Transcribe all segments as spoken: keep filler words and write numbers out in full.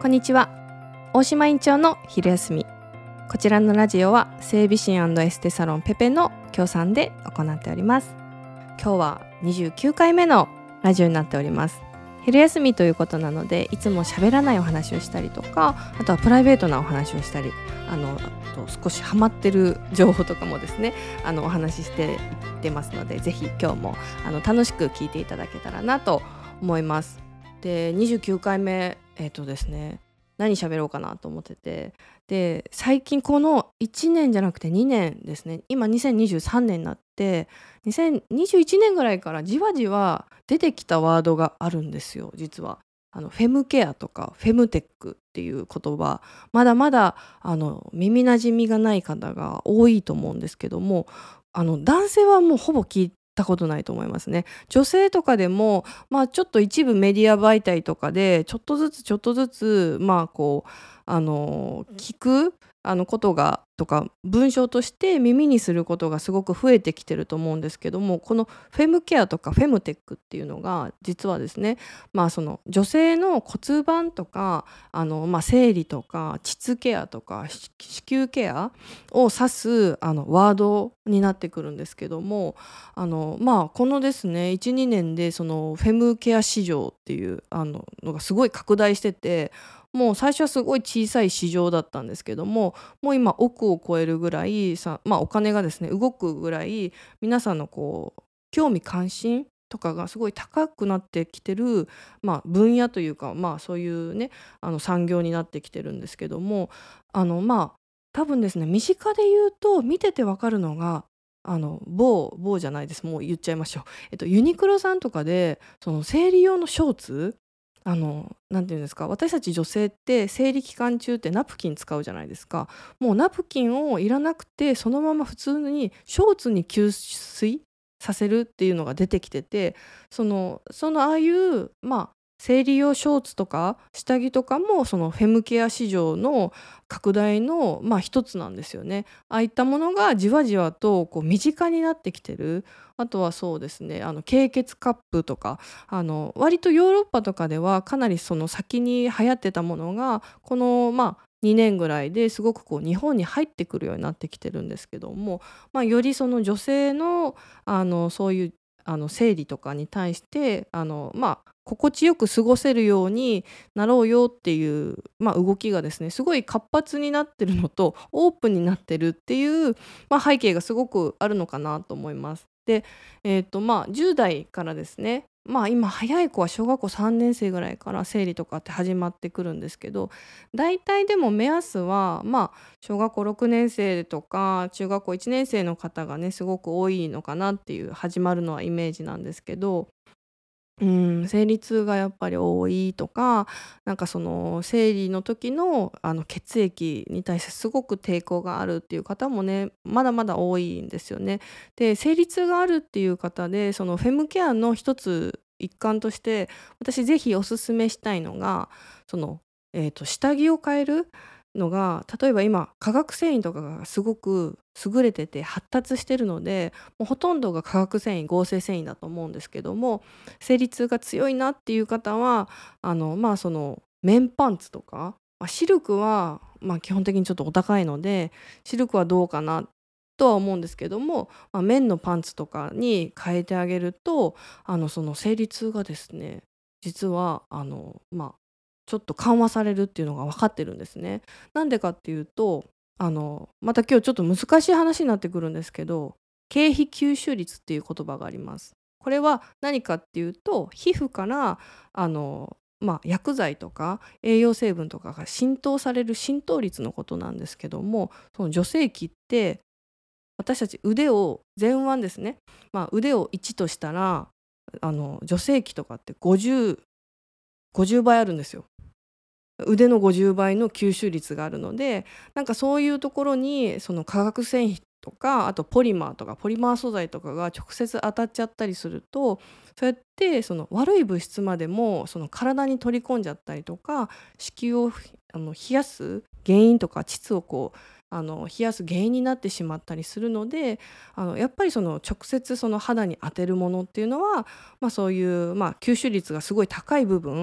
こんにちは。大島院長の昼休み。こちらのラジオは整備士エステサロンペペの協賛で行っております。今日はにじゅうきゅうかいめのラジオになっております。昼休みということなので、いつも喋らないお話をしたりとか、あとはプライベートなお話をしたり、あのあと少しハマってる情報とかもですね、あのお話ししていってますので、ぜひ今日もあの楽しく聞いていただけたらなと思います。で、にじゅうきゅうかいめ、えっとですね、何喋ろうかなと思ってて、で、最近このいちねんじゃなくてにねんですね、今にせんにじゅうさんねんになって、にせんにじゅういちねんぐらいからじわじわ出てきたワードがあるんですよ、実は。あのフェムケアとかフェムテックっていう言葉、まだまだあの耳なじみがない方が多いと思うんですけども、あの男性はもうほぼ聞いたことないと思いますね。女性とかでも、まあ、ちょっと一部メディア媒体とかでちょっとずつちょっとずつまあこうあの聞くあのことがとか文章として耳にすることがすごく増えてきてると思うんですけども、このフェムケアとかフェムテックっていうのが実はですね、まあその女性の骨盤とかあの、まあ、生理とか膣ケアとか子子宮ケアを指すあのワードになってくるんですけども、あのまあこのですねいちにねんでそのフェムケア市場っていうあののがすごい拡大してて、もう最初はすごい小さい市場だったんですけども、もう今億を超えるぐらいさ、まあ、お金がですね動くぐらい皆さんのこう興味関心とかがすごい高くなってきてる、まあ、分野というか、まあ、そういうねあの産業になってきてるんですけども、あのまあ多分ですね身近で言うと見ててわかるのが、あの某某じゃないです、もう言っちゃいましょう、えっと、ユニクロさんとかでその生理用のショーツ、あの、なんていうんですか、私たち女性って生理期間中ってナプキン使うじゃないですか。もうナプキンをいらなくて、そのまま普通にショーツに吸水させるっていうのが出てきてて、その、そのああいう、まあ、生理用ショーツとか下着とかもそのフェムケア市場の拡大のまあ一つなんですよね。ああいったものがじわじわとこう身近になってきてる。あとはそうですね、あの経血カップとか、あの割とヨーロッパとかではかなりその先に流行ってたものがこのまあにねんぐらいですごくこう日本に入ってくるようになってきてるんですけども、まあ、よりその女性の、あのそういうあの生理とかに対してあの、まあ、心地よく過ごせるようになろうよっていう、まあ、動きがですねすごい活発になってるのとオープンになってるっていう、まあ、背景がすごくあるのかなと思います。で、えーとまあ、じゅう代からですね、まあ、今早い子は小学校さんねん生ぐらいから生理とかって始まってくるんですけど、大体でも目安は、まあ、小学校ろくねん生とか中学校いちねん生の方がねすごく多いのかなっていう始まるのはイメージなんですけど、うん、生理痛がやっぱり多いとか、なんかその生理の時のあの血液に対してすごく抵抗があるっていう方もね、まだまだ多いんですよね。で、生理痛があるっていう方で、そのフェムケアの一つ一環として、私ぜひおすすめしたいのが、その、えーと、下着を変えるのが、例えば今化学繊維とかがすごく優れてて発達してるので、もうほとんどが化学繊維合成繊維だと思うんですけども、生理痛が強いなっていう方はあのまあその綿パンツとか、まあ、シルクはまあ基本的にちょっとお高いのでシルクはどうかなとは思うんですけども、まあ、綿のパンツとかに変えてあげると、あのその生理痛がですね実はあのまあちょっと緩和されるっていうのが分かってるんですね。なんでかっていうと、あのまた今日ちょっと難しい話になってくるんですけど、経皮吸収率っていう言葉があります。これは何かっていうと、皮膚からあの、まあ、薬剤とか栄養成分とかが浸透される浸透率のことなんですけども、その女性器って私たち腕を前腕ですね、まあ、腕をいちとしたらあの女性器とかってごじゅう、ごじゅうばいあるんですよ。腕のごじゅうばいの吸収率があるので、なんかそういうところにその化学繊維とかあとポリマーとかポリマー素材とかが直接当たっちゃったりすると、そうやってその悪い物質までもその体に取り込んじゃったりとか、子宮をふあの冷やす原因とか膣をこうあの冷やす原因になってしまったりするので、あのやっぱりその直接その肌に当てるものっていうのは、まあ、そういう、まあ、吸収率がすごい高い部分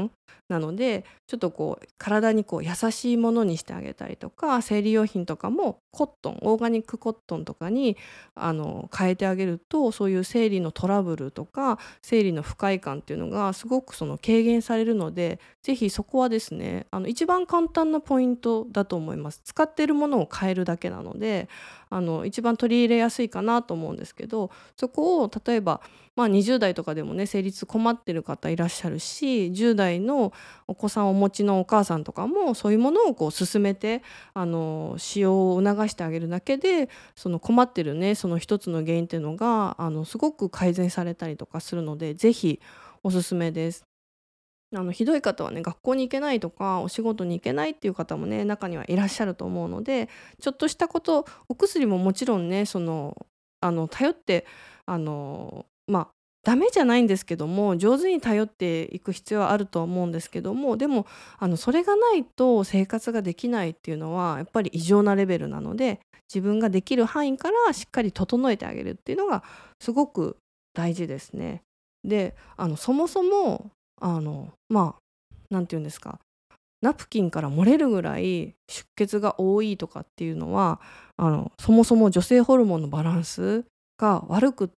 なのでちょっとこう体にこう優しいものにしてあげたりとか、生理用品とかもコットンオーガニックコットンとかにあの変えてあげると、そういう生理のトラブルとか生理の不快感っていうのがすごくその軽減されるので、ぜひそこはですね、あの一番簡単なポイントだと思います。使っているものを変えるだけなので、あの一番取り入れやすいかなと思うんですけど、そこを例えば、まあ、にじゅう代とかでもね生理痛困ってる方いらっしゃるし、じゅう代のお子さんをお持ちのお母さんとかもそういうものをこう勧めてあの使用を促してあげるだけで、その困ってるねその一つの原因っていうのがあのすごく改善されたりとかするので、ぜひおすすめです。あのひどい方はね、学校に行けないとかお仕事に行けないっていう方もね中にはいらっしゃると思うので、ちょっとしたこと、お薬ももちろんねそのあの頼ってあのまあダメじゃないんですけども、上手に頼っていく必要はあるとは思うんですけども、でもあのそれがないと生活ができないっていうのはやっぱり異常なレベルなので、自分ができる範囲からしっかり整えてあげるっていうのがすごく大事ですね。で、あのそもそもあのまあなんて言うんですか、ナプキンから漏れるぐらい出血が多いとかっていうのは、あのそもそも女性ホルモンのバランスが悪くって、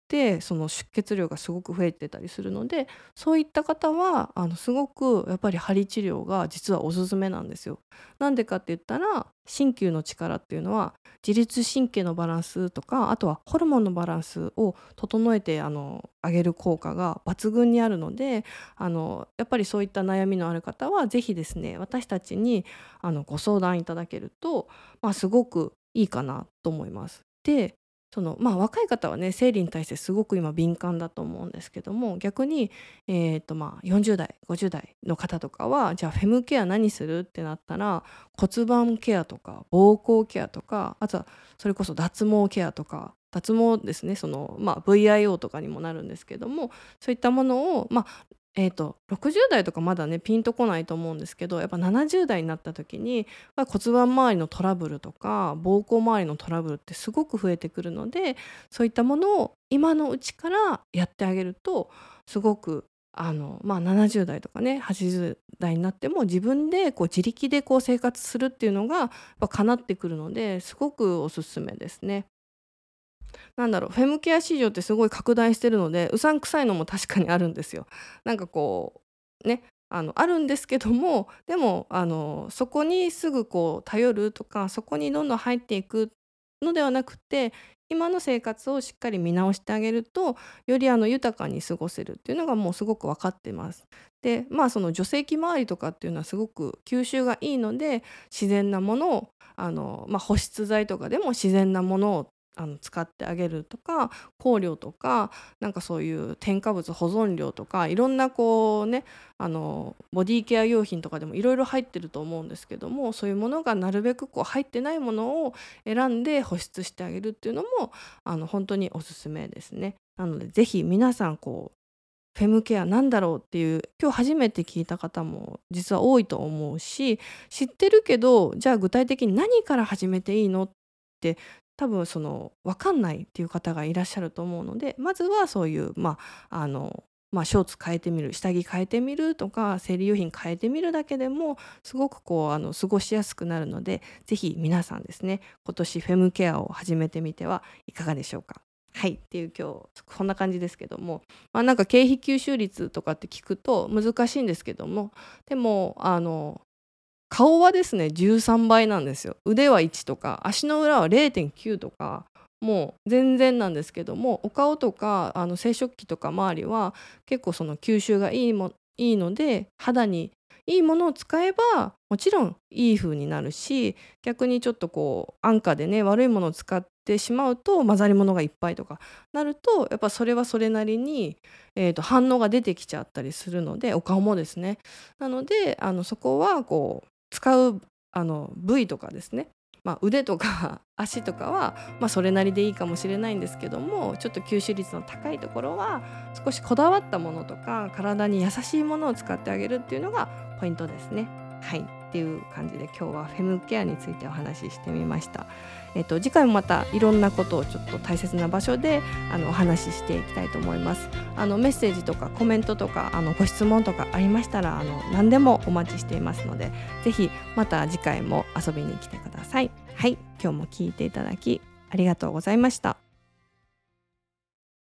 その出血量がすごく増えてたりするので、そういった方はあのすごくやっぱり鍼治療が実はおすすめなんですよ。なんでかって言ったら、鍼灸の力っていうのは自律神経のバランスとか、あとはホルモンのバランスを整えてあの上げる効果が抜群にあるので、あのやっぱりそういった悩みのある方はぜひですね、私たちにあのご相談いただけると、まあ、すごくいいかなと思います。で、そのまあ、若い方はね生理に対してすごく今敏感だと思うんですけども、逆に、えーとまあ、よんじゅう代ごじゅう代の方とかは、じゃあフェムケア何するってなったら、骨盤ケアとか膀胱ケアとか、あとはそれこそ脱毛ケアとか、脱毛ですね、その、まあ、ブイアイオー とかにもなるんですけども、そういったものを、まあえー、とろくじゅう代とかまだねピンとこないと思うんですけど、やっぱななじゅう代になった時に、まあ、骨盤周りのトラブルとか膀胱周りのトラブルってすごく増えてくるので、そういったものを今のうちからやってあげると、すごくあの、まあ、ななじゅう代とかねはちじゅう代になっても自分でこう自力でこう生活するっていうのがやっぱ叶ってくるので、すごくおすすめですね。なんだろう、フェムケア市場ってすごい拡大してるので、うさんくさいのも確かにあるんですよ。なんかこう、ね、あの、あるんですけども、でも、あの、そこにすぐこう頼るとか、そこにどんどん入っていくのではなくて、今の生活をしっかり見直してあげると、よりあの豊かに過ごせるっていうのがもうすごく分かってます。で、まあその女性器周りとかっていうのはすごく吸収がいいので、自然なものをあの、まあ、保湿剤とかでも自然なものをあの使ってあげるとか、香料とか、なんかそういう添加物保存料とか、いろんなこうね、あのボディケア用品とかでもいろいろ入ってると思うんですけども、そういうものがなるべくこう入ってないものを選んで保湿してあげるっていうのもあの本当におすすめですね。なのでぜひ皆さんこうフェムケアなんだろうっていう、今日初めて聞いた方も実は多いと思うし、知ってるけど、じゃあ具体的に何から始めていいのって多分その分かんないっていう方がいらっしゃると思うので、まずはそういうまああのまあ、ショーツ変えてみる、下着変えてみるとか、生理用品変えてみるだけでもすごくこうあの過ごしやすくなるので、ぜひ皆さんですね、今年フェムケアを始めてみてはいかがでしょうか。はいっていう今日こんな感じですけども、まあ、なんか経費吸収率とかって聞くと難しいんですけども、でもあの顔はですねじゅうさんばいなんですよ。腕はいちとか足の裏はれいてんきゅうとか、もう全然なんですけども、お顔とかあの生殖器とか周りは結構その吸収がいいもいいので、肌にいいものを使えばもちろんいい風になるし、逆にちょっとこう安価でね悪いものを使ってしまうと混ざり物がいっぱいとかなると、やっぱそれはそれなりに、えーと反応が出てきちゃったりするので、お顔もですね。なのであのそこはこう使うあの部位とかですね、まあ、腕とか足とかは、まあ、それなりでいいかもしれないんですけども、ちょっと吸収率の高いところは少しこだわったものとか体に優しいものを使ってあげるっていうのがポイントですね。はい。 っていう感じで今日はフェムケアについてお話ししてみました。えっと、次回もまたいろんなことをちょっと大切な場所であのお話ししていきたいと思います。あのメッセージとかコメントとかあのご質問とかありましたらあの何でもお待ちしていますので、ぜひまた次回も遊びに来てください。はい、今日も聞いていただきありがとうございました。